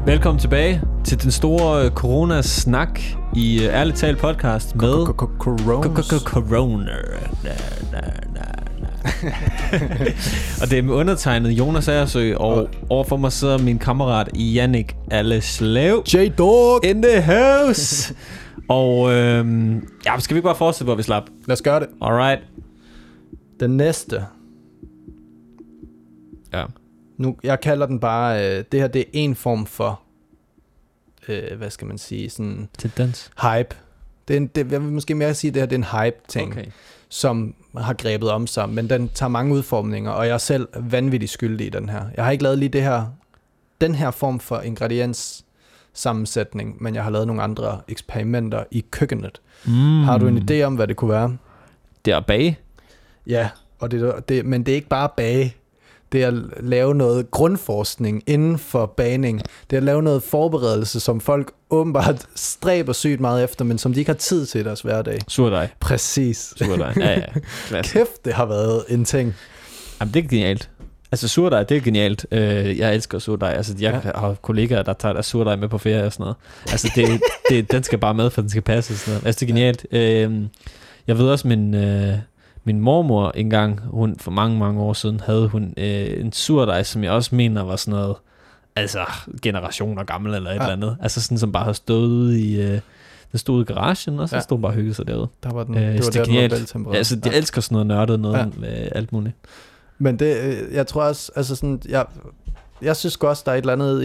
Velkommen tilbage til den store corona-snak i Ærligt Talt podcast med Corona. Og det er med undertegnet Jonas Agersø, og overfor mig sidder min kammerat Jannik Alleslev. J-Dog in the house. Og skal vi ikke bare fortsætte, hvor vi slap? Lad os gøre det. Alright. Den næste. Ja. Nu, jeg kalder den bare, det her det er en form for, hvad skal man sige, sådan tendens. Hype. Jeg vil måske mere sige, at det her det er en hype-ting, okay, som har grebet om sig, men den tager mange udformninger, og jeg er selv vanvittigt skyldig i den her. Jeg har ikke lavet lige den her form for ingredienssammensætning, men jeg har lavet nogle andre eksperimenter i køkkenet. Har du en idé om, hvad det kunne være? Det er at bage? Ja, og men det er ikke bare at bage. Det er at lave noget grundforskning inden for bagning. Det er at lave noget forberedelse, som folk åbenbart stræber sygt meget efter, men som de ikke har tid til i deres hverdag. Surdej. Præcis. Surdej, ja. Kæft, det har været en ting. Jamen, det er genialt. Altså, surdej, det er genialt. Jeg elsker surdej. Altså, jeg har kollegaer, der tager deres surdej med på ferie og sådan noget. Altså, den skal bare med, for den skal passe og sådan noget. Altså, det er genialt. Jeg ved også, min mormor engang, hun for mange år siden, havde hun en surdej, som jeg også mener var sådan noget, altså generationer gammel eller et eller andet. Altså sådan, som bare har stået den stod i garagen, og så stod bare og hyggede sig derude. Der var den, det var genialt. Altså, jeg elsker sådan noget nørdet noget med alt muligt. Men det, jeg tror også, altså sådan, jeg synes også, der er et eller andet,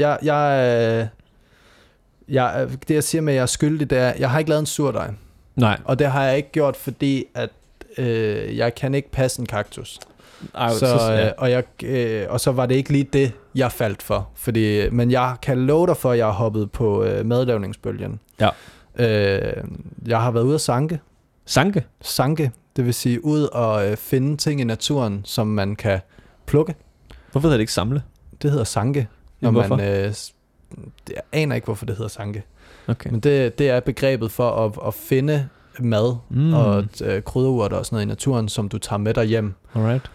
det jeg siger med, at jeg er skyldig, det er, jeg har ikke lavet en surdej. Nej. Og det har jeg ikke gjort, fordi at jeg kan ikke passe en kaktus. Og så var det ikke lige det, jeg faldt for. Men jeg kan love dig for, at jeg har hoppet på madlavningsbølgen. Ja. Jeg har været ude at sanke. Sanke, det vil sige ud og finde ting i naturen, som man kan plukke. Hvorfor hedder det ikke samle? Det hedder sanke. Hvorfor? Jeg aner ikke, hvorfor det hedder sanke. Okay. Men det er begrebet for at finde mad og krydderurter og sådan noget i naturen, som du tager med dig hjem. Alright.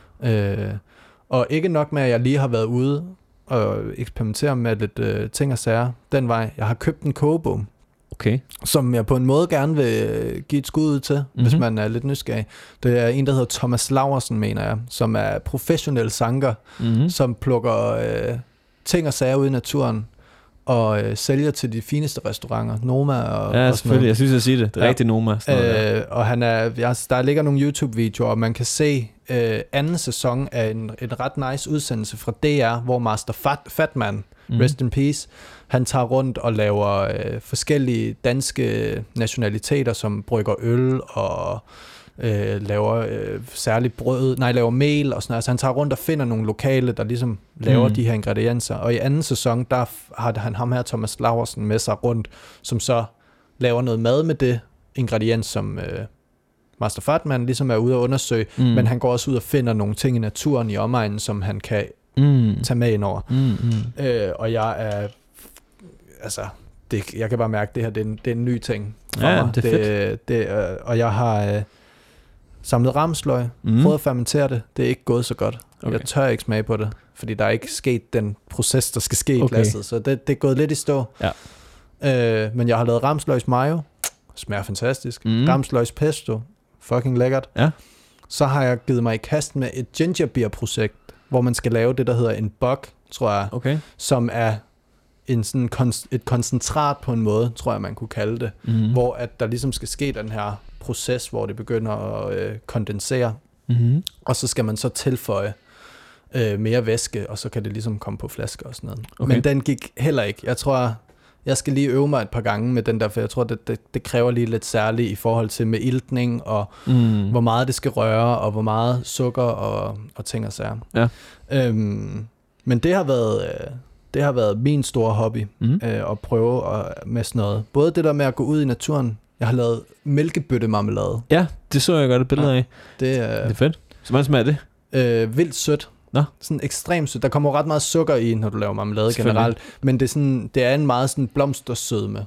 Og ikke nok med, at jeg lige har været ude og eksperimentere med lidt ting og sager den vej. Jeg har købt en kogebog, som jeg på en måde gerne vil give et skud ud til, hvis man er lidt nysgerrig. Det er en, der hedder Thomas Laursen, mener jeg, som er professionel sanker, som plukker ting og sager ude i naturen, og sælger til de fineste restauranter, Noma og ja, selvfølgelig. Jeg synes, jeg siger det. Det er rigtig Noma. Og der ligger nogle YouTube-videoer, og man kan se anden sæson af en ret nice udsendelse fra DR, hvor Master Fatman, rest in peace, han tager rundt og laver forskellige danske nationaliteter, som brygger øl og laver særligt brød, laver mel og sådan noget. Altså han tager rundt og finder nogle lokale, der ligesom laver de her ingredienser. Og i anden sæson, der har han ham her, Thomas Laursen, med sig rundt, som så laver noget mad med det ingrediens, som Master Fatman ligesom er ude at undersøge. Men han går også ud og finder nogle ting i naturen i omegnen, som han kan tage med ind over. Og jeg er... Altså... jeg kan bare mærke, at det her det er en ny ting for mig. Det er fedt. Og jeg har samlet ramsløg, prøvet at fermentere det. Det er ikke gået så godt. Okay. Jeg tør ikke smage på det, fordi der er ikke sket den proces, der skal ske i glasset. Så det er gået lidt i stå. Ja. Men jeg har lavet ramsløgs mayo. Smager fantastisk. Ramsløgs pesto. Fucking lækkert. Ja. Så har jeg givet mig i kast med et ginger beer projekt, hvor man skal lave det, der hedder en bug, tror jeg. Som er et koncentrat på en måde, tror jeg, man kunne kalde det, hvor at der ligesom skal ske den her proces, hvor det begynder at kondensere, og så skal man så tilføje mere væske, og så kan det ligesom komme på flasker og sådan noget. Men den gik heller ikke. Jeg tror, jeg skal lige øve mig et par gange med den der, for jeg tror, det kræver lige lidt særligt i forhold til med iltning, og hvor meget det skal røre, og hvor meget sukker og ting og sager. Ja. Men det har været min store hobby, at prøve med sådan noget. Både det der med at gå ud i naturen. Jeg har lavet mælkebøttemarmelade. Ja, det så jeg godt et billede af. Det er fedt. Så hvordan smager det? Vildt sødt. Nå. Sådan ekstremt sødt. Der kommer ret meget sukker i, når du laver marmelade generelt. Men det er en meget sådan blomstersødme.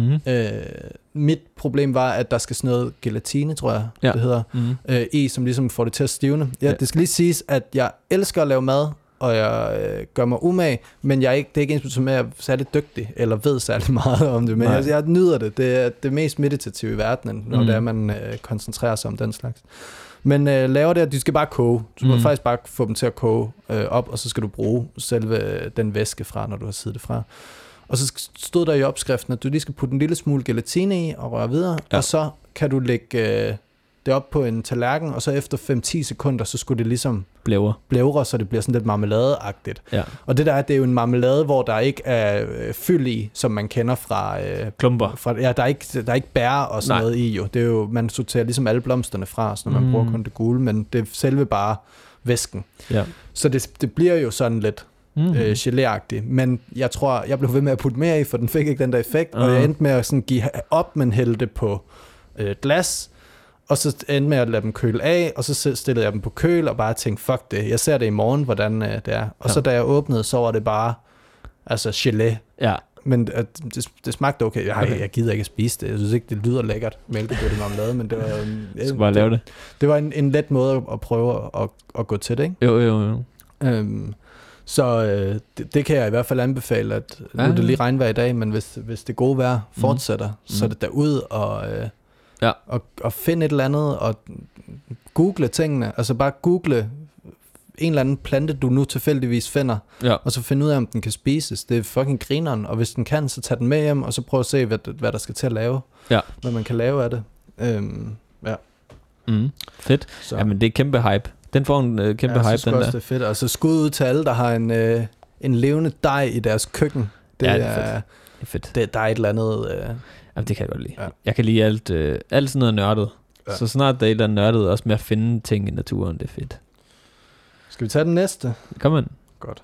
Mit problem var, at der skal sådan noget gelatine, tror jeg, det hedder, i, som ligesom får det til at stivne. Ja, det skal lige siges, at jeg elsker at lave mad, og jeg gør mig umage, men det er ikke ensbetydende med, at jeg er særlig dygtig, eller ved særlig meget om det, men jeg nyder det. Det er det mest meditative i verdenen, når det er, man koncentrerer sig om den slags. Men laver det, at de skal bare koge. Du må faktisk bare få dem til at koge op, og så skal du bruge selve den væske fra, når du har siddet det fra. Og så stod der i opskriften, at du lige skal putte en lille smule gelatine i og røre videre, og så kan du lægge det op på en tallerken, og så efter 5-10 sekunder, så skulle det ligesom blævre, så det bliver sådan lidt marmeladeagtigt. Ja. Og det er jo en marmelade, hvor der ikke er fyld i, som man kender fra klumper. Der er ikke bær og sådan noget i, jo. Det er jo, man sorterer ligesom alle blomsterne fra, så når man bruger kun det gule, men det er selve bare væsken. Ja. Så det bliver jo sådan lidt geléagtigt, men jeg tror, jeg blev ved med at putte mere i, for den fik ikke den der effekt, og jeg endte med at sådan give op, men hælde det på glas, og så endte med at lade dem køle af, og så stillede jeg dem på køl, og bare tænkte, fuck det, jeg ser det i morgen, hvordan det er. Og så da jeg åbnede, så var det bare, altså gelé. Ja. Men det smagte okay. Jeg gider ikke at spise det. Jeg synes ikke, det lyder lækkert, mælkebøtte marmelade, men det var skal bare lave det. Det var en let måde at prøve at gå til det, ikke? Jo. Så det kan jeg i hvert fald anbefale, at nu er det lige regnvejr i dag, men hvis det gode vejr fortsætter, så er det derud og finde et eller andet, og google tingene. Altså bare google en eller anden plante, du nu tilfældigvis finder, og så finde ud af, om den kan spises. Det er fucking grineren, og hvis den kan, så tag den med hjem, og så prøv at se, hvad der skal til at lave. Ja. Hvad man kan lave af det. Fedt. Så. Jamen, det er kæmpe hype. Den får en kæmpe hype, den der. Jeg synes også, det er fedt. Og så skud ud til alle, der har en levende dej i deres køkken. Det er fedt. Der er et eller andet... Jamen, det kan jeg godt lide. Ja. Jeg kan lide alt sådan noget nørdet. Ja. Så snart der er et eller andet nørdet, også med at finde ting i naturen, det er fedt. Skal vi tage den næste? Kom on. Godt.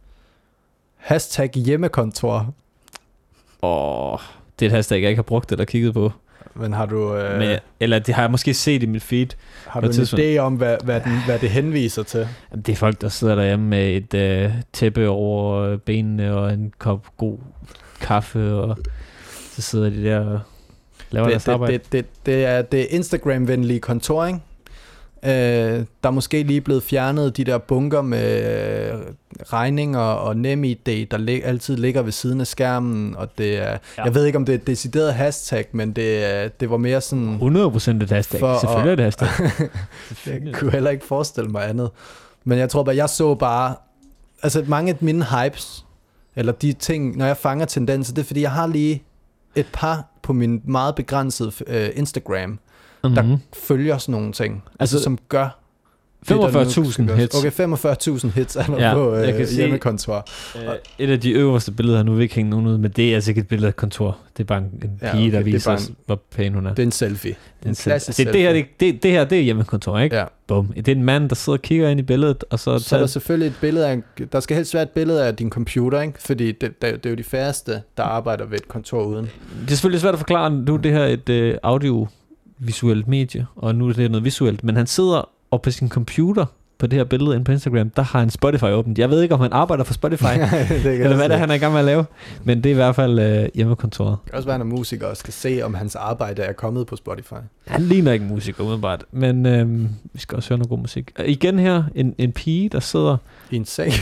#hjemmekontor. Det er et hashtag, jeg ikke har brugt eller kigget på. Men har du... eller det har jeg måske set i mit feed. Har du en idé om, hvad det henviser til? Jamen, det er folk, der sidder derhjemme med et tæppe over benene og en kop god kaffe, og så sidder de der og laver deres arbejde. Det er Instagram-venlige kontor, ikke? Der er måske lige blevet fjernet de der bunker med regninger og NemID, der altid ligger ved siden af skærmen, og det er, jeg ved ikke om det er et decideret hashtag, men det var mere sådan 100% et hashtag, selvfølgelig er det hashtag. Jeg kunne heller ikke forestille mig andet, men jeg tror bare, jeg så bare, altså mange af mine hypes, eller de ting, når jeg fanger tendenser, det er fordi, jeg har lige et par på min meget begrænsede Instagram, der følger sådan nogle ting, altså som gør 45.000 hits. Okay, 45.000 hits er der på hjemmekontor. Et af de øverste billeder, nu vil ikke hænge nogen ud, men det er altså ikke et billede af kontor. Det er bare en pige, der viser os, hvor pæn hun er. Det er en selfie. En klassisk selfie. Det her, det er hjemmekontor, ikke? Ja. Bum. Det er en mand, der sidder og kigger ind i billedet, og så er der selvfølgelig et billede af, der skal helst være et billede af din computer, ikke? Fordi det er jo de færreste, der arbejder ved et kontor uden. Det er selvfølgelig svært at forklare, nu det her et audiovisuelt medie, og nu er det noget visuelt, men han sidder og på sin computer på det her billede inde på Instagram, der har han Spotify åbent. Jeg ved ikke, om han arbejder for Spotify, eller hvad det er, han er i gang med at lave, men det er i hvert fald hjemmekontoret. Det kan også være, at en musiker og skal se, om hans arbejde er kommet på Spotify. Han ligner ikke en musiker, umiddelbart, men vi skal også høre noget god musik. Igen her, en pige, der sidder i en seng.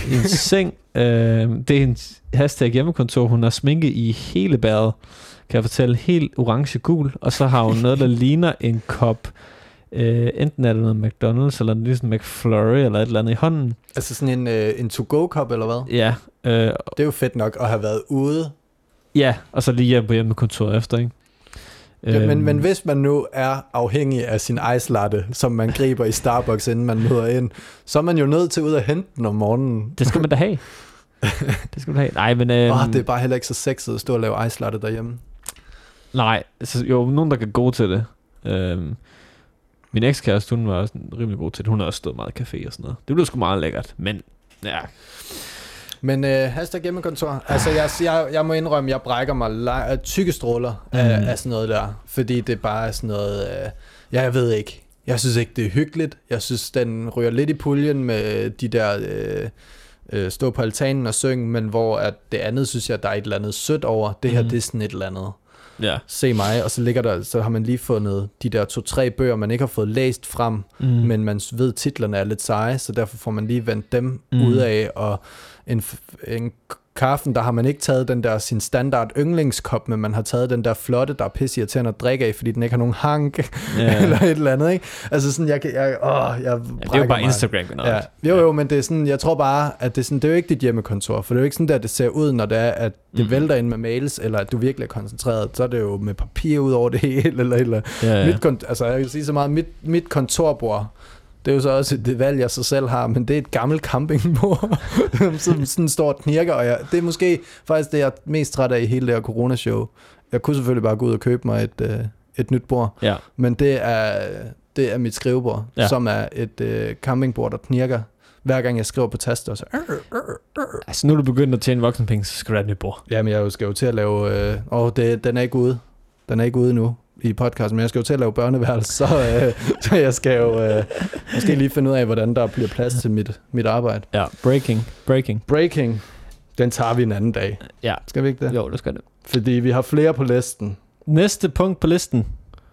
Det er en hashtag hjemmekontor. Hun har sminke i hele bæret, kan jeg fortælle, helt orange-gul, og så har hun noget, der ligner en kop. Enten er det noget McDonald's eller ligesom McFlurry eller et eller andet i hånden. Altså sådan en to-go-kop eller hvad? Ja. Det er jo fedt nok at have været ude. Ja, og så lige hjem på hjemmekontoret efter, ikke? Men hvis man nu er afhængig af sin ice latte, som man griber i Starbucks, inden man møder ind, så er man jo nødt til ud at hente den om morgenen. Det skal man da have. Det skal man have. Nej, men... det er bare heller ikke så sexet at stå og lave ice latte derhjemme. Nej, altså, jo, nogen der kan gå til det. Min ekskæreste, hun var også rimelig god til det. Hun har også stået meget i café og sådan noget. Det blev sgu meget lækkert, men ja. Men hashtag hjemmekontor. Altså jeg må indrømme, jeg brækker mig tykke stråler af sådan noget der. Fordi det bare er sådan noget, jeg ved ikke. Jeg synes ikke, det er hyggeligt. Jeg synes, den ryger lidt i puljen med de der stå på altanen og synge, men hvor at det andet, synes jeg, der er et eller andet sødt over. Det her, det er sådan et eller andet. Ja. Se mig, og så har man lige fundet de der 2-3 bøger, man ikke har fået læst frem, men man ved, titlerne er lidt seje, så derfor får man lige vendt dem ud af, og en kaffen, der har man ikke taget den der sin standard yndlingskop, men man har taget den der flotte, der er pissirriterende at drikke af, fordi den ikke har nogen hank, eller et eller andet, ikke? Altså sådan, jeg det er jo bare Instagram. Ja. Jo, men det er sådan, jeg tror bare, at det er sådan, det er jo ikke dit hjemmekontor, for det er jo ikke sådan der, det ser ud, når det er, at det vælter ind med mails, eller at du virkelig er koncentreret, så er det jo med papir ud over det hele, eller altså jeg vil sige så meget, mit kontorbord, det er jo så også det valg, jeg så selv har, men det er et gammelt campingbord, som sådan står og knirker, og det er måske faktisk det, jeg er mest træt af i hele det her coronashow. Jeg kunne selvfølgelig bare gå ud og købe mig et nyt bord, men det er mit skrivebord, som er et campingbord, der knirker, hver gang jeg skriver på taster. Så altså nu er du begyndt at tjene voksenpenge, så skal du have et nyt bord. Jamen jeg skal jo til at lave, den er ikke ude. Den er ikke ude nu i podcasten, men jeg skal jo til at lave børneværelse, så jeg skal jo måske lige finde ud af, hvordan der bliver plads til mit arbejde. Ja, breaking. Den tager vi en anden dag. Ja. Skal vi ikke det? Jo, det skal det. Fordi vi har flere på listen. Næste punkt på listen.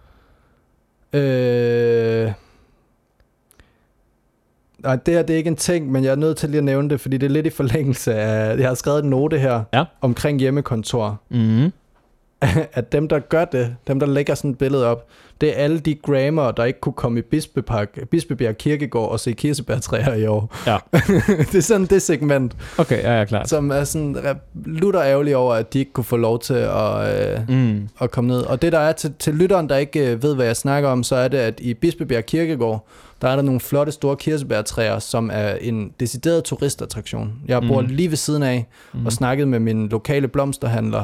Nej, det her det er ikke en ting, men jeg er nødt til lige at nævne det, fordi det er lidt i forlængelse af, jeg har skrevet en note her omkring hjemmekontor. At dem, der gør det, dem, der lægger sådan et billede op, det er alle de grammere, der ikke kunne komme i Bispebjerg Kirkegård og se kirsebærtræer i år. Ja. Det er sådan det segment. Okay, ja, klart. Som er sådan lutter ærgerlig over, at de ikke kunne få lov til at komme ned. Og det, der er til lytteren, der ikke ved, hvad jeg snakker om, så er det, at i Bispebjerg Kirkegård, der er der nogle flotte store kirsebærtræer, som er en decideret turistattraktion. Jeg bor lige ved siden af og snakket med min lokale blomsterhandler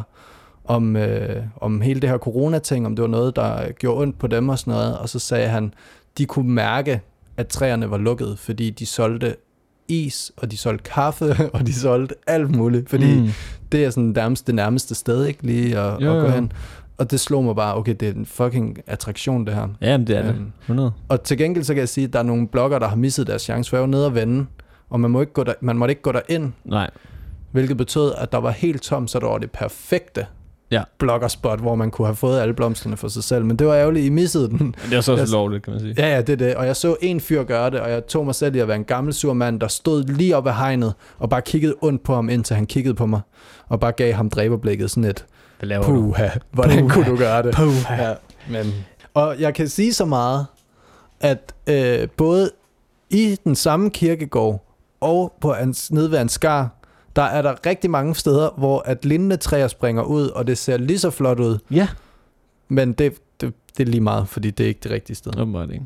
om hele det her corona-ting, om det var noget, der gjorde ondt på dem og sådan noget, og så sagde han, de kunne mærke, at træerne var lukket, fordi de solgte is, og de solgte kaffe, og de solgte alt muligt, fordi det er sådan det nærmeste sted, ikke lige at gå hen. Og det slog mig bare, okay, det er en fucking attraktion, det her. Jamen, det er det. 100. Og til gengæld, så kan jeg sige, at der er nogle bloggere, der har misset deres chance, for jeg var nede og vende, og man måtte ikke gå derind. Nej. Hvilket betød, at der var helt tomt, så der var det perfekte bloggerspot, hvor man kunne have fået alle blomsterne for sig selv. Men det var ærgerligt, I missede den. Det var så også lovligt, kan man sige. Ja, det er det. Og jeg så en fyr gøre det, og jeg tog mig selv i at være en gammel sur mand, der stod lige op ad hegnet, og bare kiggede ondt på ham, indtil han kiggede på mig, og bare gav ham dræberblikket sådan et, puha, hvordan kunne du gøre det? Puha. Ja, men. Og jeg kan sige så meget, at både i den samme kirkegård, og på nede ved Ansgar, der er der rigtig mange steder, hvor at lignende træer springer ud, og det ser lige så flot ud. Ja. Men det er lige meget, fordi det er ikke det rigtige sted.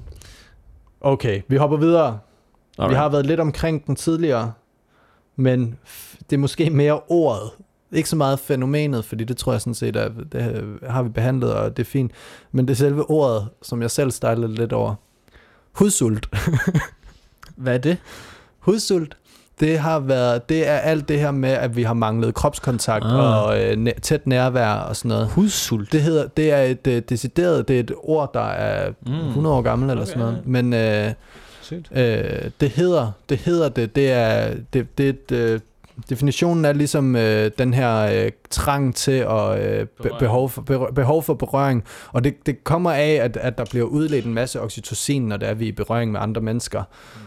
Okay, vi hopper videre. Alright. Vi har været lidt omkring den tidligere, men det er måske mere ordet. Ikke så meget fænomenet, fordi det tror jeg sådan set, at det har vi behandlet, og det er fint. Men det er selve ordet, som jeg selv stejlede lidt over. Hudsult. Hvad er det? Hudsult. Det er alt det her med, at vi har manglet kropskontakt og tæt nærvær og sådan noget. Hudsult. Det er et decideret, det er et ord, der er 100 år gammel eller sådan noget. Men definitionen er ligesom den her trang til og behov for berøring. Og det kommer af, at der bliver udledt en masse oxytocin, når det er vi i berøring med andre mennesker.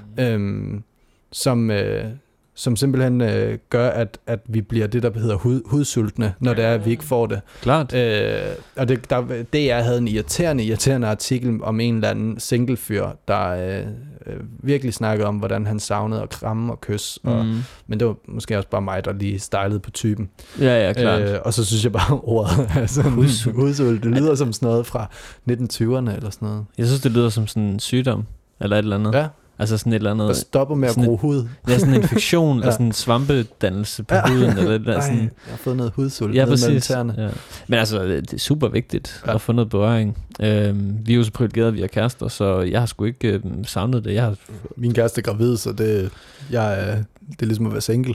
Som simpelthen gør, at vi bliver det, der hedder hudsultne, når det er, at vi ikke får det. Klart. Og jeg havde en irriterende artikel om en eller anden singlefyr, der virkelig snakkede om, hvordan han savnede at kramme og kysse. Men det var måske også bare mig, der lige stylede på typen. Ja, klart. Og så synes jeg bare, ordet altså, hudsult, det lyder som sådan noget fra 1920'erne eller sådan noget. Jeg synes, det lyder som sådan en sygdom, eller et eller andet. Ja. Altså sådan et eller andet. Der stopper med at bruge hud. Ja, sådan en infektion, eller sådan en svampedannelse på huden. Eller sådan. Jeg har fået noget hudsult. Ja, præcis. Ja. Men altså, det er super vigtigt at få noget berøring. Vi er jo så privilegerede, at vi er kærester, så jeg har sgu ikke savnet det. Min kæreste er gravid, så det er ligesom at være single.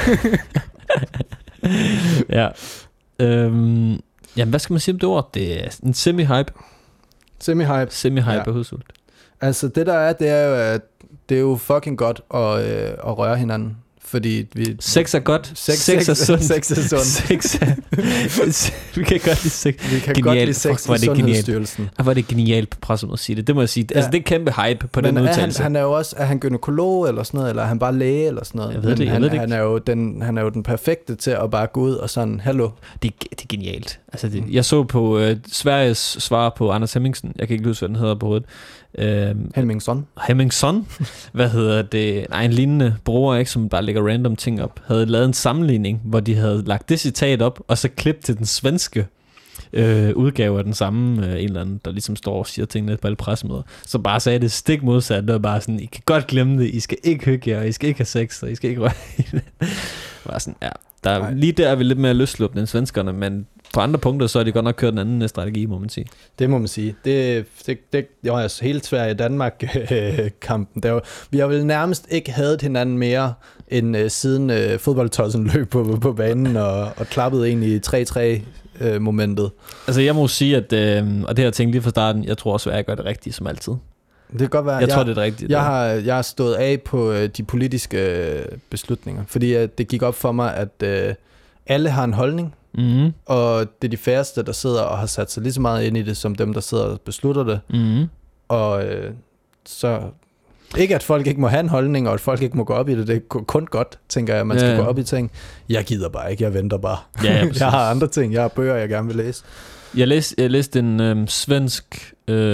Ja. Jamen, hvad skal man sige om det ord? Det er en semi-hype. Semi-hype af hudsult. Altså det der er, det er jo, at det er jo fucking godt at røre hinanden. fordi sex er godt. Sex er sundt. Sex er sundt. Vi kan godt lide sex. Vi kan godt lide sex i Sundhedsstyrelsen. Hvor er det genialt på pressen at sige det. Det må jeg sige. Altså, det er kæmpe hype på den udtalelse. Han er jo også, er han gynekolog eller sådan noget, eller er han bare læge eller sådan noget? Jeg ved det ikke. Han er jo den perfekte til at bare gå ud og sådan, hallo. Det er genialt. Altså, jeg så på Sveriges svar på Anders Hemmingsen. Jeg kan ikke huske, hvad den hedder på hovedet. Hemmingsson. Hvad hedder det? Nej, en lignende bruger, ikke, som bare lægger random ting op, havde lavet en sammenligning, hvor de havde lagt det citat op, og så klip til den svenske udgave af den samme en eller anden, der ligesom står og siger tingene på alle pressemøder. Så bare sagde det stik modsat. Det var bare sådan, I kan godt glemme det, I skal ikke hygge jer, I skal ikke have sex, og I skal ikke røre i det. Bare sådan, ja. Lige der er vi lidt mere løsluppende end svenskerne, men på andre punkter, så er de godt nok kørt en anden strategi, må man sige. Det må man sige. Det var altså helt Sverige og Danmark-kampen. Vi har vel nærmest ikke hadet hinanden mere, end siden fodboldtossen løb på banen og klappede ind i 3-3-momentet. Altså jeg må sige, at, og det har jeg tænkt lige fra starten, jeg tror også, at Sverige gør det rigtigt som altid. Det kan godt være. Jeg tror, det er rigtigt. Jeg har stået af på de politiske beslutninger, fordi det gik op for mig, at alle har en holdning, og det er de færreste, der sidder og har sat sig lige så meget ind i det, som dem, der sidder og beslutter det. Og så ikke, at folk ikke må have en holdning, og at folk ikke må gå op i det. Det er kun godt, tænker jeg, at man skal gå op i ting. Jeg gider bare ikke, jeg venter bare. Jeg har andre ting, jeg har bøger, jeg gerne vil læse. Jeg læste en svensk...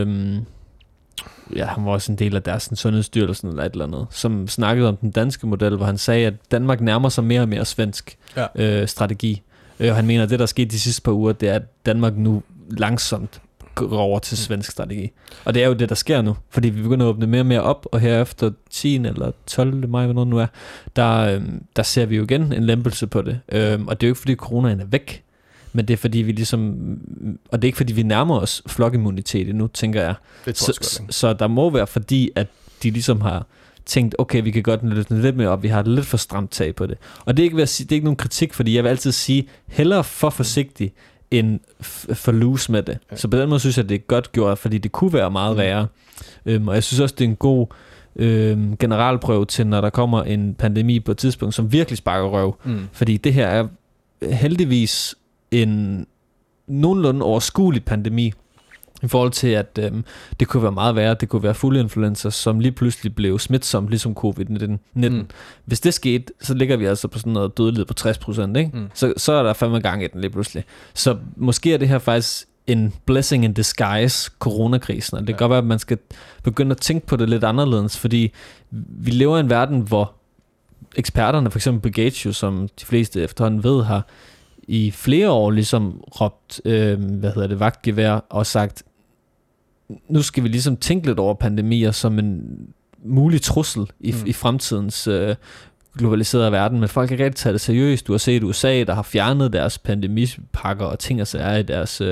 han var også en del af deres sundhedsstyrelsen eller et eller andet, som snakkede om den danske model, hvor han sagde, at Danmark nærmer sig mere og mere svensk strategi. Og han mener, at det, der skete de sidste par uger, det er, at Danmark nu langsomt går over til svensk strategi. Og det er jo det, der sker nu, fordi vi begynder at åbne mere og mere op, og her efter 10. eller 12. maj, hvornår nu er, der ser vi jo igen en lempelse på det. Og det er jo ikke, fordi coronaen er væk, men det er fordi vi ligesom, og det er ikke fordi vi nærmer os flokimmunitet endnu, tænker jeg. Så der må være fordi, at de ligesom har tænkt, okay, vi kan godt løsne lidt mere op, vi har et lidt for stramt tag på det. Og det er ikke, det er ikke nogen kritik, fordi jeg vil altid sige, hellere for forsigtig, end for loose med det. Ja. Så på den måde synes jeg, det er godt gjort, fordi det kunne være meget værre. Og jeg synes også, det er en god generalprøve til, når der kommer en pandemi på et tidspunkt, som virkelig sparker røv. Fordi det her er heldigvis en nogenlunde overskuelig pandemi, i forhold til, at det kunne være meget værre. Det kunne være fugleinfluenza, som lige pludselig blev smitsomt, ligesom covid-19. Hvis det skete, så ligger vi altså på sådan noget dødelighed på 60%, ikke? Så er der fandme gang i den lige pludselig. Så måske er det her faktisk en blessing in disguise, coronakrisen. Og det kan godt være, at man skal begynde at tænke på det lidt anderledes, fordi vi lever i en verden, hvor eksperterne, for eksempel Bill Gates, jo, som de fleste efterhånden ved, har i flere år ligesom råbt vagtgevær og sagt, nu skal vi ligesom tænke lidt over pandemier som en mulig trussel i fremtidens globaliserede verden, men folk kan ikke rigtig tage det seriøst. Du har set USA, der har fjernet deres pandemipakker og ting og sager i deres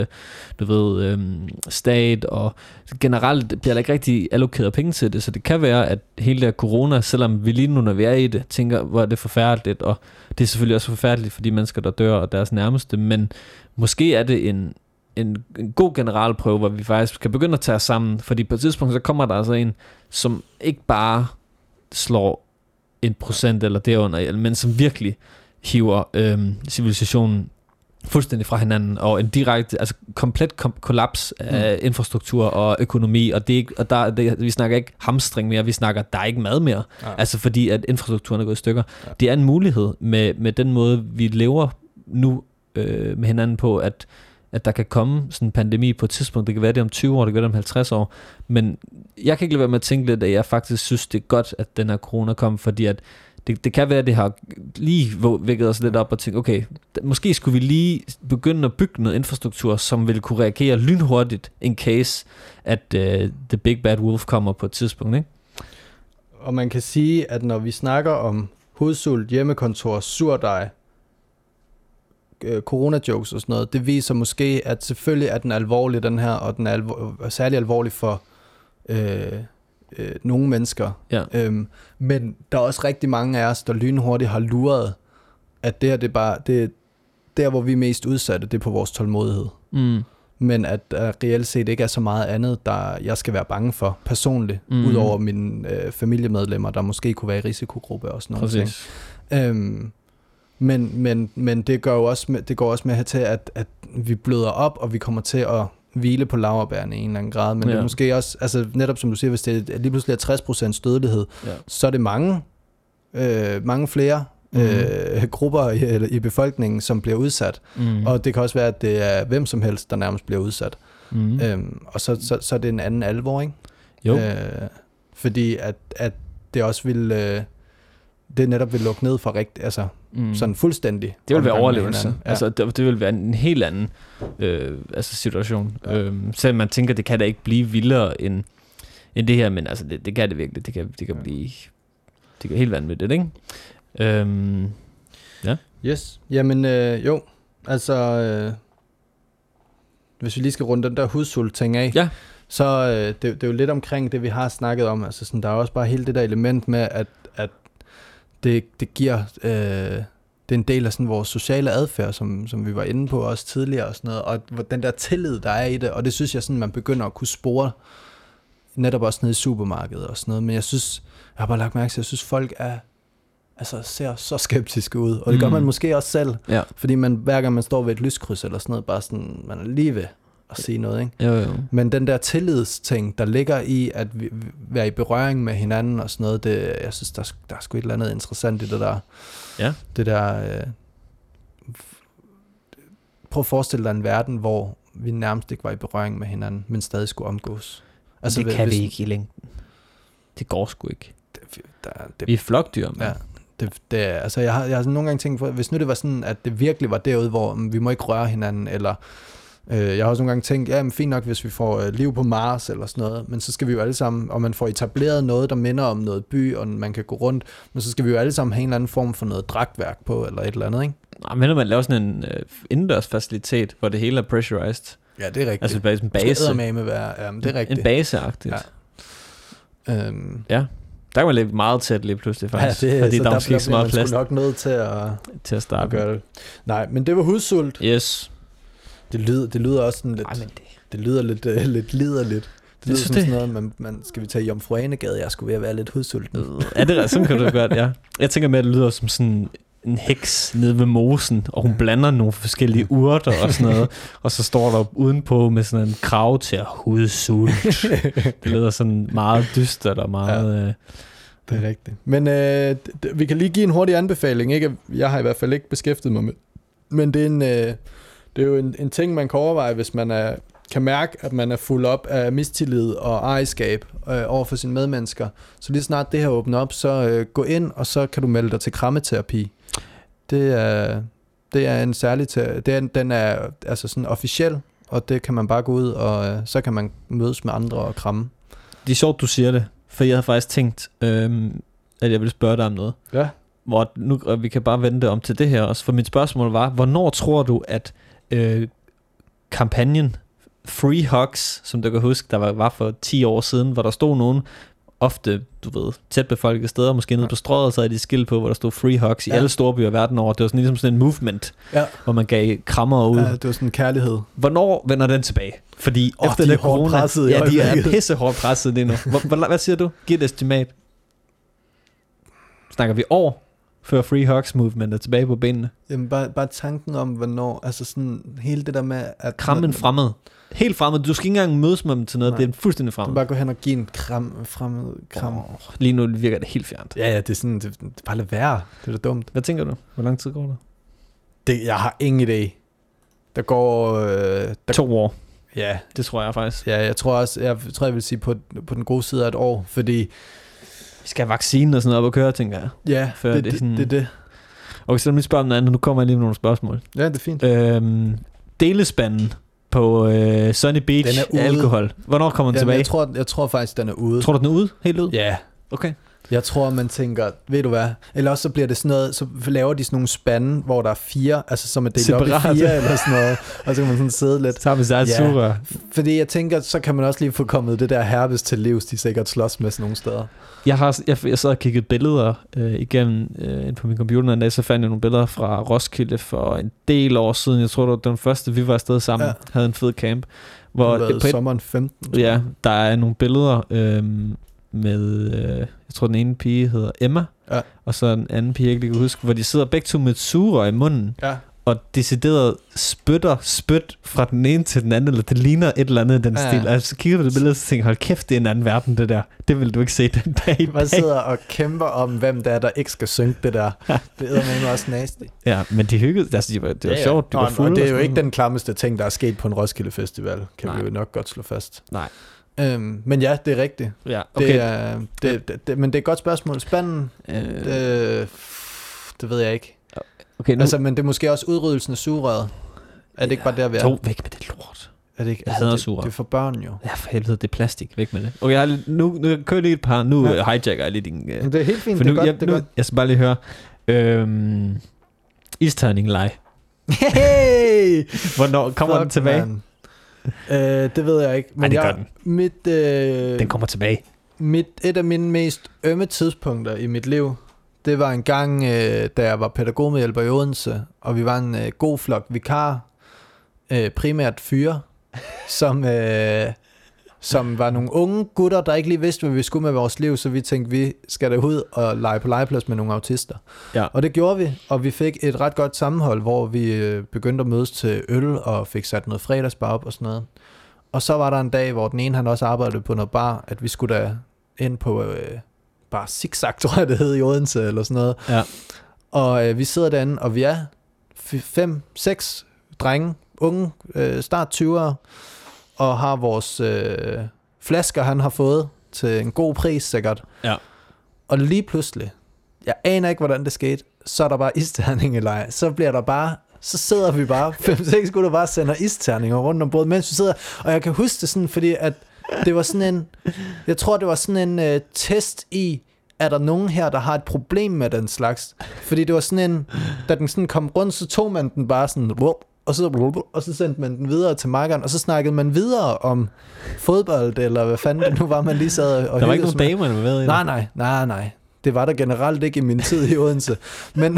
stat, og generelt bliver der ikke rigtig allokeret penge til det, så det kan være, at hele der corona, selvom vi lige nu, når vi er i det, tænker, hvor er det forfærdeligt, og det er selvfølgelig også forfærdeligt for de mennesker, der dør og deres nærmeste, men måske er det en god generalprøve, hvor vi faktisk kan begynde at tage os sammen, fordi på et tidspunkt, så kommer der altså en, som ikke bare slår 1% eller derunder, men som virkelig hiver civilisationen fuldstændig fra hinanden, og en direkte, altså komplet kollaps af infrastruktur og økonomi, og vi snakker ikke hamstring mere, vi snakker, der er ikke mad mere, altså fordi at infrastrukturen er gået i stykker. Det er en mulighed med den måde, vi lever nu med hinanden på, at der kan komme sådan en pandemi på et tidspunkt. Det kan være det om 20 år, det kan være det om 50 år. Men jeg kan ikke lade være med at tænke lidt, at jeg faktisk synes, det er godt, at den her corona kom, fordi at det kan være, at det har lige vækket os lidt op og tænke, okay, måske skulle vi lige begynde at bygge noget infrastruktur, som vil kunne reagere lynhurtigt, in case, at the big bad wolf kommer på et tidspunkt, ikke? Og man kan sige, at når vi snakker om hudsult, hjemmekontor, surdej, corona-jokes og sådan noget, det viser måske, at selvfølgelig er den alvorlig, den her, og den er særlig alvorlig for nogle mennesker. Ja. Men der er også rigtig mange af os, der lynhurtigt har luret, at det her, det er bare, det der, hvor vi er mest udsatte, det er på vores tålmodighed. Men at der reelt set ikke er så meget andet, der jeg skal være bange for personligt, udover mine familiemedlemmer, der måske kunne være i risikogruppe og sådan noget. Men det går også med til, at vi bløder op, og vi kommer til at hvile på laurbærne i en eller anden grad. Men det er måske også, altså netop som du siger, hvis det lige pludselig er 60% dødelighed, så er det mange flere grupper i befolkningen, som bliver udsat. Og det kan også være, at det er hvem som helst, der nærmest bliver udsat. Og så er det en anden alvor, ikke? Jo. Fordi at det også vil... det netop vil lukke ned for rigtigt, altså sådan fuldstændig. Det vil være overlevelse. Ja. Altså, det vil være en helt anden situation. Ja. Selvom man tænker, det kan da ikke blive vildere end det her, men altså, det kan det virkelig. Det kan blive... Det kan helt vanvittigt, ikke? Ja. Yes. Jamen, jo. Altså, hvis vi lige skal runde den der hudsult-ting af, så det er jo lidt omkring det, vi har snakket om. Altså, sådan, der er også bare hele det der element med, at det giver... det er en del af sådan vores sociale adfærd, som vi var inde på også tidligere og sådan noget, og den der tillid, der er i det, og det synes jeg sådan, man begynder at kunne spore netop også nede i supermarkedet og sådan noget, men jeg har bare lagt mærke til, jeg synes folk ser så skeptiske ud, og det gør man måske også selv, fordi hver gang man står ved et lyskryds eller sådan noget, bare sådan, man er lige ved at sige noget, ikke? Jo. Men den der tillidsting, der ligger i at være i berøring med hinanden og sådan noget, jeg synes, der er sgu et eller andet interessant i det der. Ja. Det der... prøv at forestille dig en verden, hvor vi nærmest ikke var i berøring med hinanden, men stadig skulle omgås. Altså, det kan vi ikke i længden. Det går sgu ikke. Vi er flokdyr, man. Ja. Altså, jeg har nogle gange tænkt på, hvis nu det var sådan, at det virkelig var derude, hvor vi må ikke røre hinanden, eller jeg har også nogle gange tænkt, men fint nok, hvis vi får liv på Mars eller sådan noget, men så skal vi jo alle sammen, og man får etableret noget, der minder om noget by, og man kan gå rundt, men så skal vi jo alle sammen have en eller anden form for noget dragtværk på, eller et eller andet, ikke? Nej, men man laver sådan en indendørs facilitet, hvor det hele er pressurized. Ja, det er rigtigt. Altså bare en base. Det er rigtigt. En baseagtigt. Ja. Ja. Der kan man leve meget tæt lige pludselig, faktisk. Ja, fordi der er måske ikke så meget plads. Man nok nødt til at starte. At gøre det. Nej, men det var hudsult. Yes. Det lyder også sådan lidt... Det lyder lidt liderligt. Det lyder sådan noget, man skal vi tage Jomfru Anegade? Jeg skulle ved at være lidt hudsulten. Ja, det er sådan kan du godt, ja. Jeg tænker med, at det lyder som sådan en heks nede ved mosen, og hun blander nogle forskellige urter og sådan noget, og så står der udenpå med sådan en krav til hudsult. Det lyder sådan meget dystert og meget... Ja. Det er rigtigt. Men vi kan lige give en hurtig anbefaling, ikke? Jeg har i hvert fald ikke beskæftiget mig med, men det er jo en ting, man kan overveje, hvis man kan mærke, at man er fuld op af mistillid og ejerskab over for sine medmennesker. Så lige snart det her åbner op, så gå ind, og så kan du melde dig til krammeterapi. Det er en særlig den er altså sådan officiel, og det kan man bare gå ud, og så kan man mødes med andre og kramme. Det er sjovt, du siger det, for jeg havde faktisk tænkt, at jeg ville spørge dig om noget. Ja. Hvor nu, og vi kan bare vente om til det her også, for mit spørgsmål var, hvornår tror du, at kampagnen Free Hugs, som du kan huske, der var for 10 år siden, hvor der stod nogen, ofte, du ved, tæt befolkede steder, måske nede på strøget, så havde de skilt på, hvor der stod Free Hugs i alle storbyer verden over. Det var sådan, ligesom sådan en movement, hvor man gav krammer ud. Ja, det var sådan en kærlighed. Hvornår vender den tilbage? Fordi efter de det corona, presset, ja, de er pisse hårdt presset lige nu. Hvad siger du? Giv et estimat. Snakker vi år før Free Hugs movement er tilbage på benene? Jamen bare tanken om, hvornår, altså sådan hele det der med at... Kramme en fremmed. Helt fremmed. Du skal ikke engang mødes med dem til noget. Nej. Det er fuldstændig fremmed. Du bare gå hen og give en fremmed kram. Lige nu virker det helt fjernt. Ja, det er sådan, det bare lade være. Det er da dumt. Hvad tænker du? Hvor lang tid går der? Jeg har ingen idé. Der går... 2 år. Ja. Det tror jeg faktisk. Ja, jeg tror jeg vil sige på den gode side af et år, fordi... Vi skal have vaccinen og sådan noget op at køre, tænker jeg. Ja, det er det. Okay, så lad mig spørge om noget andet. Nu kommer jeg lige med nogle spørgsmål. Ja, det er fint. Delespanden på Sunny Beach alkohol. Hvornår kommer den tilbage? Jeg tror faktisk, den er ude. Tror du, den er ude? Helt ud? Ja. Okay. Jeg tror, man tænker, ved du hvad? Eller også så bliver det sådan noget, så laver de sådan nogle spande, hvor der er 4, altså som er delt op i 4 eller sådan noget, og så kan man sådan sidde lidt. Sammen med sugerør. Fordi jeg tænker, så kan man også lige få kommet det der herpes til livs, de sikkert slås med sådan nogle steder. Jeg sad og kiggede billeder igennem ind på min computer en dag, så fandt jeg nogle billeder fra Roskilde for en del år siden. Jeg tror, det var den første, vi var afsted sammen, havde en fed camp. Hvor det var sommeren 15. Ja, der er nogle billeder med, jeg tror den ene pige hedder Emma, og så en anden pige, jeg ikke lige kan huske, hvor de sidder begge to med et sugerør i munden, og decideret spyt fra den ene til den anden, eller det ligner et eller andet i den stil. Altså kigger du på det billede, så tænker hold kæft, det er en anden verden, det der. Det vil du ikke se den dag i dag. Man sidder og kæmper om, hvem der ikke skal synge det der. Det er med også nasty. Ja, men de hyggede, altså det var sjovt, de var fulde. Og det er jo ikke den klammeste ting, der er sket på en Roskilde Festival, kan vi jo nok godt slå fast. Nej. Men ja, det er rigtigt. Ja, okay. Men det er et godt spørgsmål. Spanden, det ved jeg ikke. Okay, nu... Altså, men det er måske også udryddelsen af sugerøret. Er det ikke bare der, vi er? Tog væk med det lort. Er det ikke? Jeg hader sugerør. Det er for børn jo. Ja, for helvede, det er plastik. Væk med det. Okay, nu kører lige et par. Nu hijacker jeg lidt din... Det er helt fint, det er godt. Jeg skal bare lige høre. Isterning-leg. Hey! Hvornår kommer den tilbage? Det ved jeg ikke. Men det gør den. Den kommer tilbage. Et af mine mest ømme tidspunkter i mit liv, det var en gang, da jeg var pædagogmedhjælper i Odense, og vi var en god flok vikar, primært fyre, som var nogle unge gutter, der ikke lige vidste, hvad vi skulle med vores liv, så vi tænkte, vi skal derud og lege på legeplads med nogle autister. Ja. Og det gjorde vi, og vi fik et ret godt sammenhold, hvor vi begyndte at mødes til øl, og fik sat noget fredagsbar op og sådan noget. Og så var der en dag, hvor den ene, han også arbejdede på noget bar, at vi skulle da ind på bare zigzag, tror jeg det hed i Odense, eller sådan noget. Ja. Og vi sidder derinde, og vi er 5-6 drenge, unge, start 20'ere, og har vores flasker, han har fået til en god pris, sikkert. Ja. Og lige pludselig, jeg aner ikke, hvordan det skete, så er der bare isterningelej. Så sidder vi bare, 5-6 gutter bare sender isterninger rundt om bordet, mens vi sidder. Og jeg kan huske det sådan, fordi at det var sådan en, jeg tror, det var sådan en test i, er der nogen her, der har et problem med den slags? Fordi det var sådan en, da den sådan kom rundt, så tog man den bare sådan, og så sendte man den videre til markeren, og så snakkede man videre om fodbold, eller hvad fanden det nu var, man lige sad og der var ikke nogen damer, der var med i det? Nej. Det var der generelt ikke i min tid i Odense. Men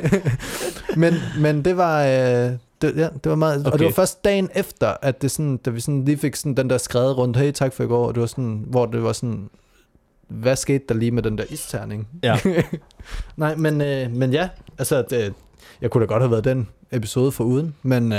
det var... det var meget... Okay. Og det var først dagen efter, at det sådan, da vi sådan lige fik sådan den der skrevet rundt, hey, tak for i går, og det var sådan, hvor det var sådan, hvad skete der lige med den der isterning? Ja. Nej, men ja, altså, jeg kunne da godt have været den episode foruden, men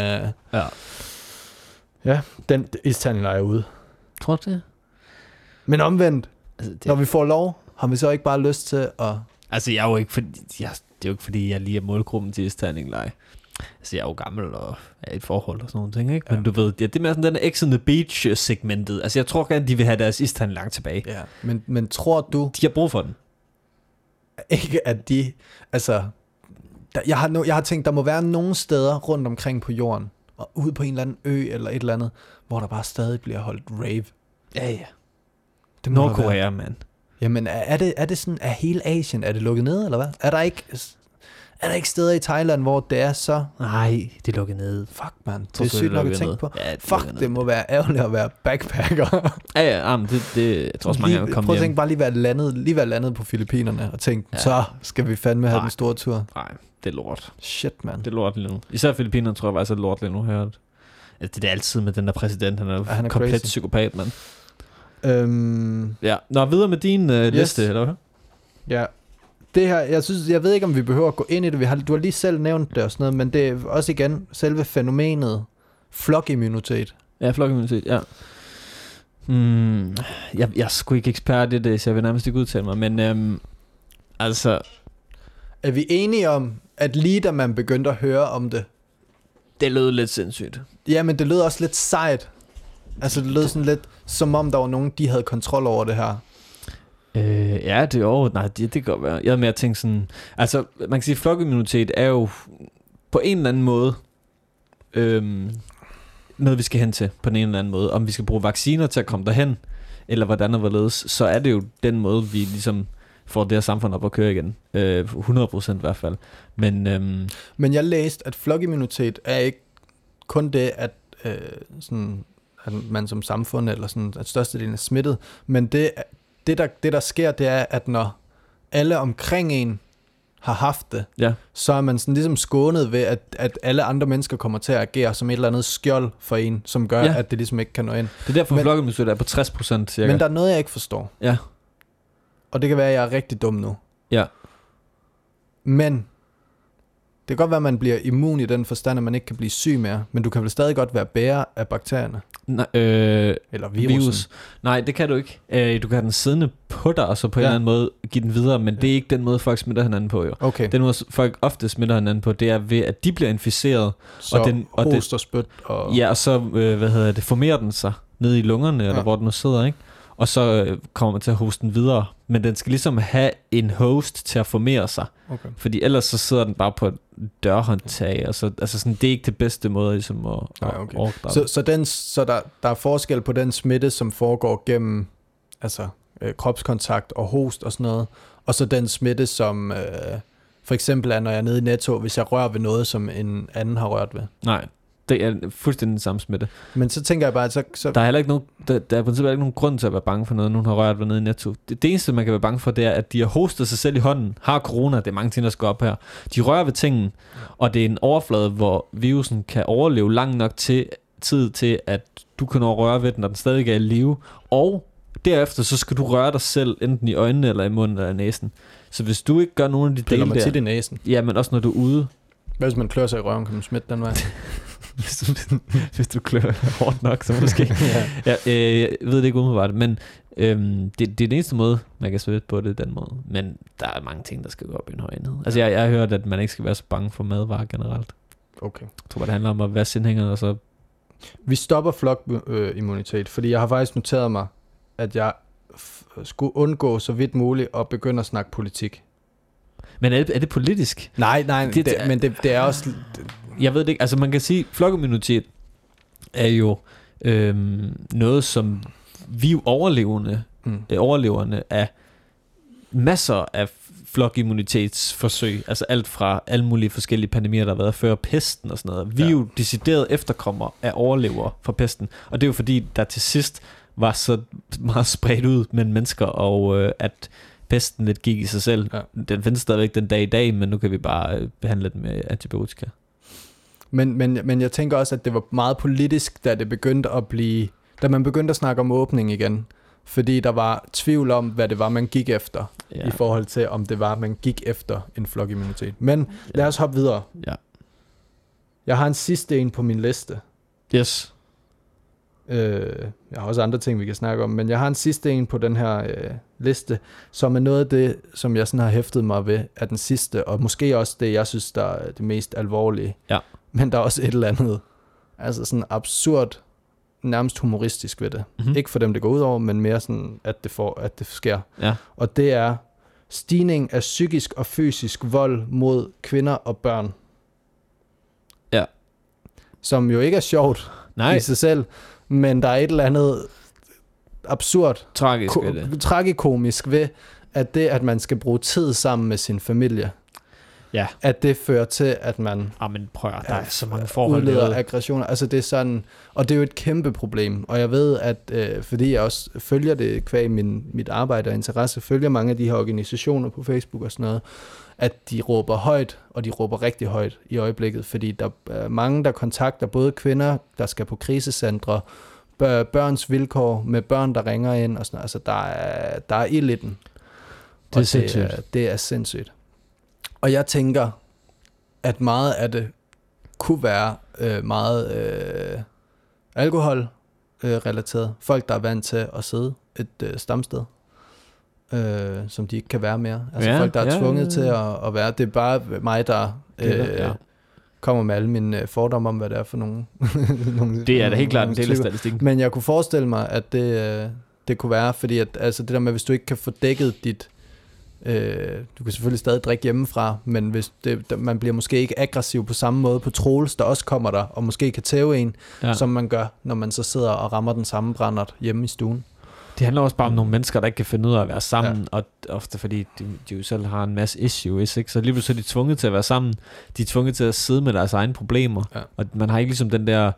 ja, den isterning er ude. Tror du det? Men omvendt, altså, når vi får lov, har vi så ikke bare lyst til at... Altså, jeg er jo ikke fordi, det er jo ikke fordi, jeg lige er målgruppen til isterning-leje. Altså, jeg er jo gammel og er i et forhold og sådan nogle ting, ikke? Ja. Men du ved, det er mere sådan den X on the Beach-segmentet. Altså, jeg tror gerne, de vil have deres isterning langt tilbage. Ja, men tror du... De har brug for den. Ikke at de... Altså, jeg har tænkt, der må være nogle steder rundt omkring på jorden, og ude på en eller anden ø eller et eller andet, hvor der bare stadig bliver holdt rave. Ja. Nordkorea, mand. Jamen, er det sådan, er hele Asien, er det lukket ned, eller hvad? Er der ikke steder i Thailand, hvor det er så... Nej, det er lukket ned. Fuck, man. Det er sygt nok at tænke på. Ja, det må være ærgerligt at være backpacker. Ja, men det jeg tror også mange gange komme hjem. Prøv at tænke, bare lige være landet på Filippinerne, og tænke, så skal vi fandme have den store tur. Nej, det er lort. Shit, man. Det er lort lige nu. Især Filippinerne tror jeg faktisk er lort lige nu, hørt. Altså, det er altid med den der præsident, han er komplet crazy. Psykopat, mand. Ja, nå, videre med din liste, eller hvad? Ja, det her, jeg ved ikke, om vi behøver at gå ind i det. Du har lige selv nævnt det og sådan noget, men det er også igen selve fænomenet flokimmunitet. Ja, flokimmunitet, ja. Jeg er sgu ikke ekspert i det, så jeg vil nærmest ikke udtale mig, men altså... Er vi enige om, at lige da man begyndte at høre om det... Det lød lidt sindssygt. Ja, men det lød også lidt sejt. Altså, det lød sådan lidt, som om der var nogen, de havde kontrol over det her. Ja, det er jo... Nej, det kan godt være. Jeg havde mere tænkt sådan... Altså, man kan sige, at flokimmunitet er jo på en eller anden måde noget, vi skal hen til på en eller anden måde. Om vi skal bruge vacciner til at komme derhen, eller hvordan og hvorledes, så er det jo den måde, vi ligesom får det her samfund op at køre igen. 100% i hvert fald. Men jeg læste, at flokimmunitet er ikke kun det, at sådan... at man som samfund, eller sådan, at størstedelen er smittet, men det der sker, det er, at når alle omkring en har haft det, så er man sådan ligesom skånet ved, at alle andre mennesker kommer til at agere som et eller andet skjold for en, som gør, at det ligesom ikke kan nå ind. Det er derfor, flokimmunitet er på 60% cirka. Men der er noget, jeg ikke forstår. Ja. Og det kan være, at jeg er rigtig dum nu. Ja. Men det kan godt være, at man bliver immun i den forstand, at man ikke kan blive syg mere, men du kan vel stadig godt være bærer af bakterierne? Nej, eller virus. Nej, det kan du ikke. Du kan have den siddende på dig, og så på en eller anden måde give den videre, men det er ikke den måde, folk smitter hinanden på, jo. Okay. Den måde, folk ofte smitter hinanden på, det er ved, at de bliver inficeret. Så host og spyt. Ja, og så, formerer den sig nede i lungerne, eller hvor den nu sidder, ikke? Og så kommer man til at hoste den videre. Men den skal ligesom have en host til at formere sig. Okay. Fordi ellers så sidder den bare på et dørhåndtag. Og så, altså sådan, det er ikke det bedste måde ligesom at overdrage. Så der er forskel på den smitte, som foregår gennem kropskontakt og host og sådan noget. Og så den smitte, som for eksempel er, når jeg er nede i Netto, hvis jeg rører ved noget, som en anden har rørt ved. Nej. Det er fuldstændig den samme smitte. Men så tænker jeg bare, at så... Der er heller ikke nogen, der er i princippet ikke nogen grund til at være bange for noget, nogen har rørt ved nede i Netto. Det eneste, man kan være bange for, det er, at de har hostet sig selv i hånden, har corona, det er mange ting, der skal op her. De rører ved tingene, og det er en overflade, hvor virusen kan overleve lang nok tid til, at du kan nå at røre ved den, når den stadig er i live. Og derefter, så skal du røre dig selv, enten i øjnene, eller i munden, eller i næsen. Så hvis du ikke gør nogen af de dele der... Piller man tit i næsen? Ja, men også når du er ude. Hvis man klør sig i røven, kan man smitte den vej. Hvis du klør hårdt nok, så måske. Jeg ved det ikke umiddelbart, men det er den eneste måde, man kan smitte på det den måde. Men der er mange ting, der skal gå op i en høj enhed. Altså jeg har hørt, at man ikke skal være så bange for madvarer generelt. Okay. Jeg tror, det handler om at være sindhængende, og så... Vi stopper flokimmunitet, fordi jeg har faktisk noteret mig, at jeg skulle undgå så vidt muligt at begynde at snakke politik. Men er det politisk? Nej, men det er også... Jeg ved det ikke. Altså man kan sige, at flokimmunitet er jo noget, som vi overleverne af masser af flokimmunitetsforsøg. Altså alt fra alle mulige forskellige pandemier, der har været før pesten og sådan noget. Vi er jo decideret efterkommere af overlevere fra pesten. Og det er jo fordi, der til sidst var så meget spredt ud mellem mennesker, og at pesten lidt gik i sig selv. Ja. Den findes stadigvæk den dag i dag, men nu kan vi bare behandle den med antibiotika. Men jeg tænker også, at det var meget politisk, da man begyndte at snakke om åbning igen. Fordi der var tvivl om, hvad det var, man gik efter, i forhold til, om det var, man gik efter en flokimmunitet. Men lad os hoppe videre. Ja. Jeg har en sidste en på min liste. Yes. Jeg har også andre ting, vi kan snakke om, men jeg har en sidste en på den her liste, som er noget af det, som jeg sådan har hæftet mig ved, af den sidste, og måske også det, jeg synes, der er det mest alvorlige. Ja. Men der er også et eller andet, altså sådan absurd, nærmest humoristisk ved det. Mm-hmm. Ikke for dem, det går ud over, men mere sådan, at det sker. Ja. Og det er stigning af psykisk og fysisk vold mod kvinder og børn. Ja. Som jo ikke er sjovt i sig selv, men der er et eller andet absurd, tragikomisk ved, at det, at man skal bruge tid sammen med sin familie, at det fører til, at man der er så mange forhold, udleder aggressioner. Altså det er sådan, og det er jo et kæmpe problem. Og jeg ved, at fordi jeg også følger det kvæg mit arbejde og interesse, følger mange af de her organisationer på Facebook og sådan noget, at de råber højt, og de råber rigtig højt i øjeblikket, fordi der er mange, der kontakter både kvinder, der skal på krisecentre, børns vilkår med børn, der ringer ind og sådan noget. Altså der er ild i den. Det er sindssygt. Det er sindssygt. Og jeg tænker, at meget af det kunne være meget alkoholrelateret. Folk, der er vant til at sidde et stamsted, som de ikke kan være mere. Altså folk, der er tvunget til at være. Det er bare mig, der kommer med alle mine fordomme om, hvad det er for nogle det er da helt klart en del af statistikken. Men jeg kunne forestille mig, at det kunne være, fordi at, altså det der med, hvis du ikke kan få dækket dit... du kan selvfølgelig stadig drikke hjemmefra, men hvis man bliver måske ikke aggressiv på samme måde på Troels, der også kommer der, og måske kan tæve en, som man gør, når man så sidder og rammer den samme brændert hjemme i stuen. Det handler også bare om nogle mennesker, der ikke kan finde ud af at være sammen, og ofte fordi de jo selv har en masse issues, ikke? Så lige pludselig er de tvunget til at være sammen, de er tvunget til at sidde med deres egne problemer, og man har ikke ligesom den der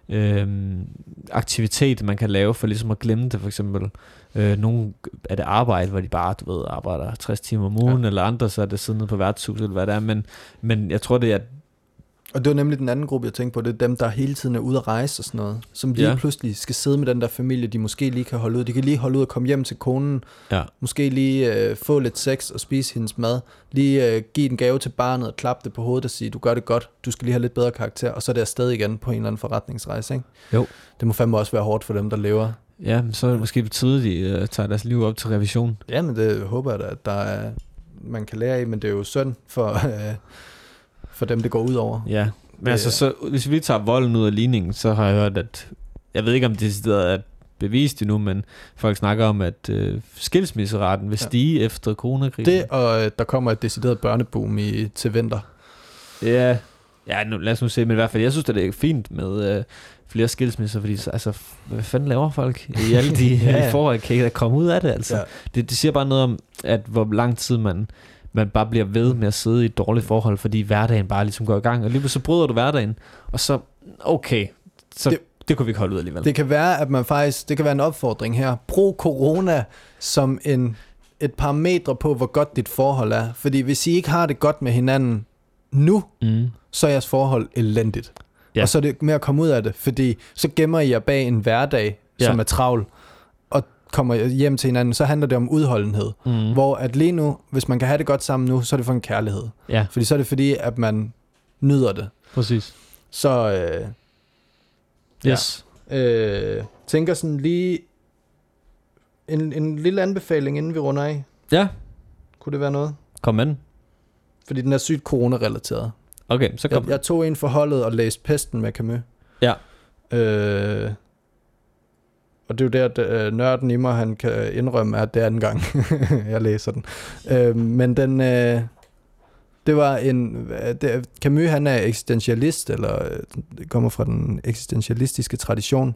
aktivitet, man kan lave for ligesom at glemme det, for eksempel. Nogle er det arbejde, hvor de bare, arbejder 60 timer om ugen, eller andre, så er det siddet nede på værtshus, eller hvad det er, men jeg tror, det er Og det var nemlig den anden gruppe, jeg tænkte på, det er dem, der hele tiden er ude at rejse og sådan noget, som lige pludselig skal sidde med den der familie, de måske lige kan holde ud. De kan lige holde ud og komme hjem til konen, måske lige få lidt sex og spise hendes mad, lige give en gave til barnet og klappe det på hovedet og sige, du gør det godt, du skal lige have lidt bedre karakter, og så er det afsted igen på en eller anden forretningsrejse, ikke? Jo. Det må fandme også være hårdt for dem, der lever. Ja, så er det måske betydet, de tager deres liv op til revision. Ja, men det håber jeg da, at der er, man kan lære i, men det er jo synd for dem, det går ud over. Ja, men altså, så, hvis vi tager volden ud af ligningen, så har jeg hørt, at, jeg ved ikke, om det er bevist endnu, men folk snakker om, at skilsmisseraten vil stige efter coronakrisen. Det, og der kommer et decideret børneboom til vinter. Ja, nu, lad os nu se, men i hvert fald, jeg synes, det er fint med flere skilsmisser, fordi altså, hvad fanden laver folk i alle de forhold, kan ikke komme ud af det, altså. Ja. Det siger bare noget om, at hvor lang tid man bare bliver ved med at sidde i et dårligt forhold, fordi hverdagen bare ligesom går i gang, og lige så bryder du hverdagen, og så, okay, så det kunne vi ikke holde ud alligevel. Det kan være, at man faktisk, det kan være en opfordring her, brug corona som et parametre på, hvor godt dit forhold er, fordi hvis I ikke har det godt med hinanden nu, så er jeres forhold elendigt. Ja. Og så er det med at komme ud af det, fordi så gemmer I jer bag en hverdag, som er travl, og kommer hjem til hinanden, så handler det om udholdenhed. Hvor at lige nu, hvis man kan have det godt sammen nu, så er det for en kærlighed. Ja. Fordi så er det fordi, at man nyder det. Præcis. Så tænker sådan lige en lille anbefaling, inden vi runder af. Ja. Kunne det være noget? Kom med den. Fordi den er sygt corona-relateret. Okay, så kom. Jeg tog en for holdet og læste Pesten med Camus. Ja. Og det er jo der, nørden i mig, han kan indrømme, at det er anden gang, jeg læser den. Men den, det var Camus, han er eksistentialist, eller kommer fra den eksistentialistiske tradition,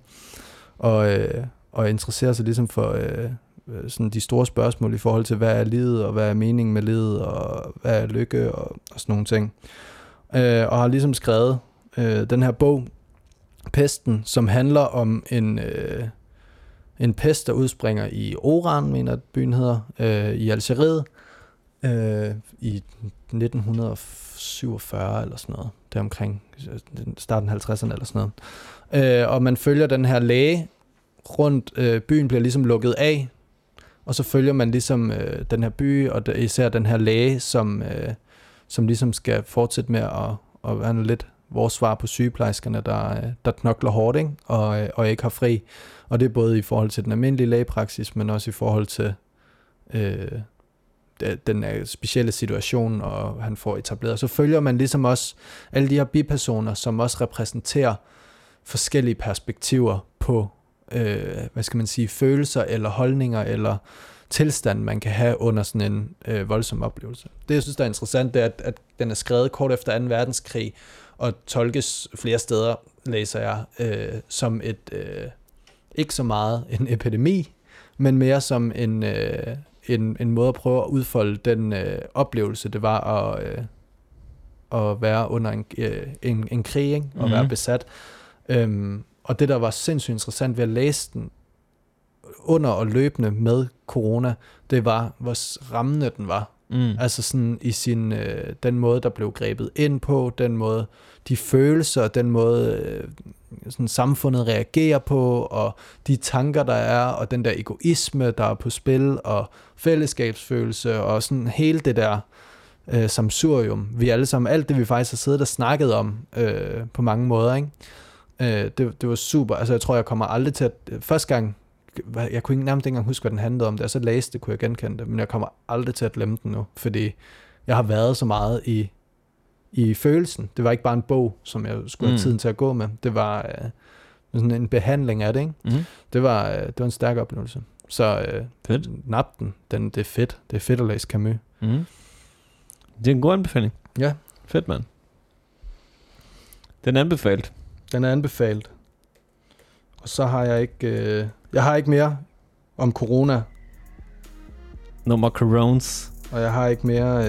og interesserer sig ligesom for sådan de store spørgsmål i forhold til, hvad er livet, og hvad er meningen med livet, og hvad er lykke, og sådan nogle ting. Og har ligesom skrevet den her bog, Pesten, som handler om en pest, der udspringer i Oran, mener byen hedder, i Algeriet, i 1947 eller sådan noget, deromkring starten af 50'erne eller sådan noget. Og man følger den her læge rundt, byen bliver ligesom lukket af, og så følger man ligesom den her by, og især den her læge, som ligesom skal fortsætte med at være lidt vores svar på sygeplejerskerne, der knokler hårdt, ikke? Og ikke har fri. Og det er både i forhold til den almindelige lægepraksis, men også i forhold til den specielle situation, og han får etableret. Så følger man ligesom også alle de her bipersoner, som også repræsenterer forskellige perspektiver på, hvad skal man sige, følelser eller holdninger eller tilstand, man kan have under sådan en voldsom oplevelse. Det, jeg synes, der er interessant, det er, at den er skrevet kort efter 2. verdenskrig, og tolkes flere steder, læser jeg, som ikke så meget en epidemi, men mere som en måde at prøve at udfolde den oplevelse, det var at være under en krig, ikke? Og være besat. Og det, der var sindssygt interessant ved at læse den under og løbende med corona, det var, hvor rammende den var. Altså sådan i sin, den måde, der blev grebet ind på, den måde, de følelser, den måde, sådan samfundet reagerer på, og de tanker, der er, og den der egoisme, der er på spil, og fællesskabsfølelse, og sådan hele det der samsurium. Vi alle sammen, alt det, vi faktisk har siddet og snakket om på mange måder, ikke? Det var super. Altså, jeg tror, jeg kommer aldrig til at... Første gang, jeg kunne nærmest ikke engang huske, hvad den handlede om. Da jeg så læste det, kunne jeg genkende det, men jeg kommer aldrig til at glemme den nu, fordi jeg har været så meget i følelsen. Det var ikke bare en bog, som jeg skulle have tiden til at gå med. Det var sådan en behandling af det, ikke? Det var en stærk oplevelse. Så nap den. Det er fedt. Det er fedt at læse Camus. Det er en god anbefaling. Ja. Fedt, mand. Den er anbefalet. Den er anbefalet. Og så har jeg ikke... jeg har ikke mere om corona. No more corones. Og jeg har ikke mere...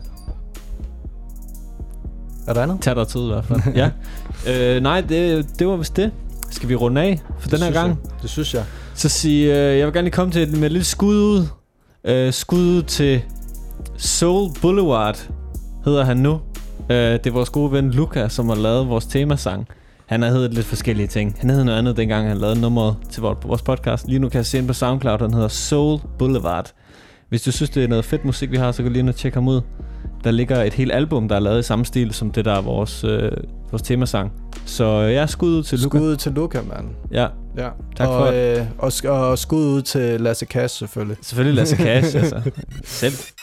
Er der andet? Tag dig tid i hvert fald. Ja. Nej, det var vist det. Skal vi runde af for den her gang? Det synes jeg. Så sige, jeg vil gerne lige komme med et lille skud ud. Skud ud til Soul Boulevard, hedder han nu. Det er vores gode ven Luca, som har lavet vores temasang. Han har heddet lidt forskellige ting. Han hed noget andet, dengang han lavede nummeret til vores podcast. Lige nu kan jeg se ind på SoundCloud, den hedder Soul Boulevard. Hvis du synes, det er noget fedt musik, vi har, så kan du lige ind og tjekke ham ud. Der ligger et helt album, der er lavet i samme stil, som det der er vores temasang. Så ja, skud ud til Luca. Skud ud til Luca, mand. Ja, tak for det. Og skud ud til Lasse Cash, selvfølgelig. Selvfølgelig Lasse Cash, altså. Selv.